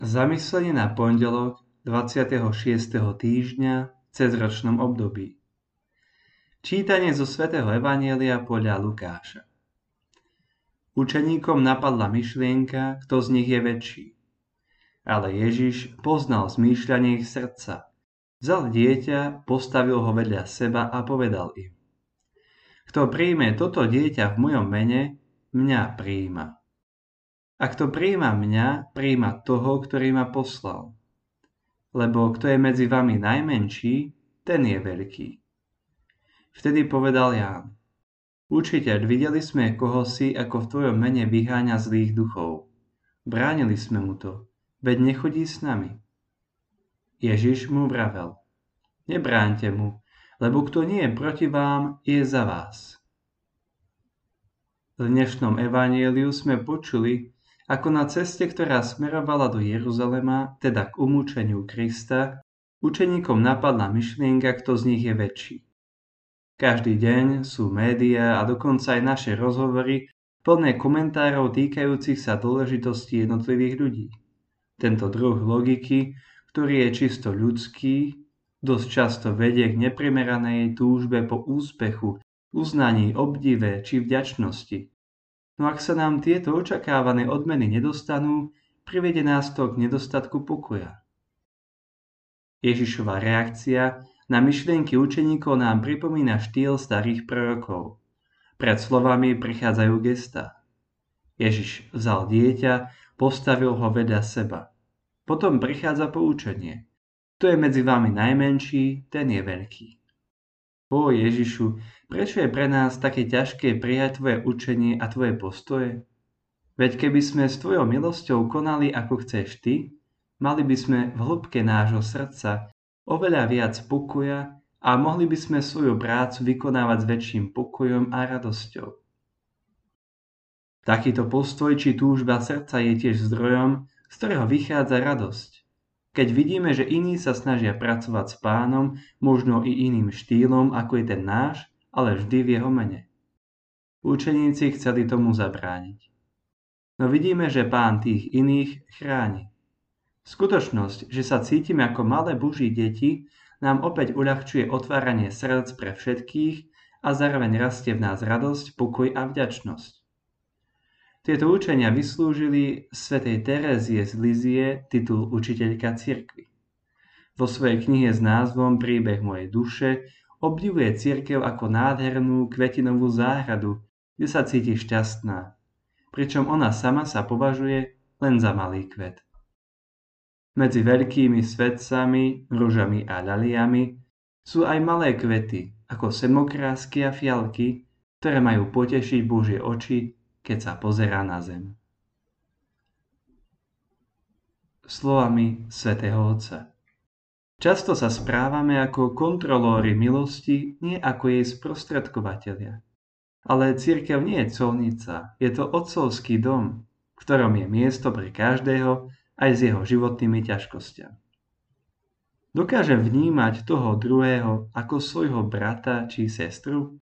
Zamyslenie na pondelok 26. týždňa v cezročnom období. Čítanie zo svätého Evanjelia podľa Lukáša. Učeníkom napadla myšlienka, kto z nich je väčší. Ale Ježiš poznal zmýšľanie ich srdca. Vzal dieťa, postavil ho vedľa seba a povedal im: Kto príjme toto dieťa v mojom mene, mňa prijíma. A kto prijíma mňa, prijíma toho, ktorý ma poslal. Lebo kto je medzi vami najmenší, ten je veľký. Vtedy povedal Ján: Učiteľ, videli sme kohosi, ako v tvojom mene vyháňa zlých duchov. Bránili sme mu to, veď nechodí s nami. Ježiš mu vravel: Nebráňte mu, lebo kto nie je proti vám, je za vás. V dnešnom evanjeliu sme počuli, ako na ceste, ktorá smerovala do Jeruzalema, teda k umúčeniu Krista, učeníkom napadla myšlienka, kto z nich je väčší. Každý deň sú médiá a dokonca aj naše rozhovory plné komentárov týkajúcich sa dôležitosti jednotlivých ľudí. Tento druh logiky, ktorý je čisto ľudský, dosť často vedie k neprimeranej túžbe po úspechu, uznaní, obdive či vďačnosti. No ak sa nám tieto očakávané odmeny nedostanú, privedie nás to k nedostatku pokoja. Ježišova reakcia na myšlienky učeníkov nám pripomína štýl starých prorokov. Pred slovami prichádzajú gestá. Ježiš vzal dieťa, postavil ho vedľa seba. Potom prichádza poučenie. Kto je medzi vami najmenší, ten je veľký. Ó Ježišu, prečo je pre nás také ťažké prijať tvoje učenie a tvoje postoje? Veď keby sme s tvojou milosťou konali, ako chceš ty, mali by sme v hĺbke nášho srdca oveľa viac pokoja a mohli by sme svoju prácu vykonávať s väčším pokojom a radosťou. Takýto postoj či túžba srdca je tiež zdrojom, z ktorého vychádza radosť. Keď vidíme, že iní sa snažia pracovať s Pánom, možno i iným štýlom, ako je ten náš, ale vždy v jeho mene. Učeníci chceli tomu zabrániť. No vidíme, že Pán tých iných chráni. Skutočnosť, že sa cítime ako malé Boží deti, nám opäť uľahčuje otváranie srdc pre všetkých a zároveň rastie v nás radosť, pokoj a vďačnosť. Tieto učenia vyslúžili svätej Terézie z Lizie titul učiteľka cirkvi. Vo svojej knihe s názvom Príbeh mojej duše obdivuje cirkev ako nádhernú kvetinovú záhradu, kde sa cíti šťastná, pričom ona sama sa považuje len za malý kvet. Medzi veľkými svetcami, ružami a ľaliami sú aj malé kvety, ako semokrásky a fialky, ktoré majú potešiť Božie oči, keď sa pozerá na zem. Slovami svätého Otca. Často sa správame ako kontrolóri milosti, nie ako jej sprostredkovatelia. Ale cirkev nie je colnica, je to otcovský dom, v ktorom je miesto pre každého aj s jeho životnými ťažkosťami. Dokážem vnímať toho druhého ako svojho brata či sestru?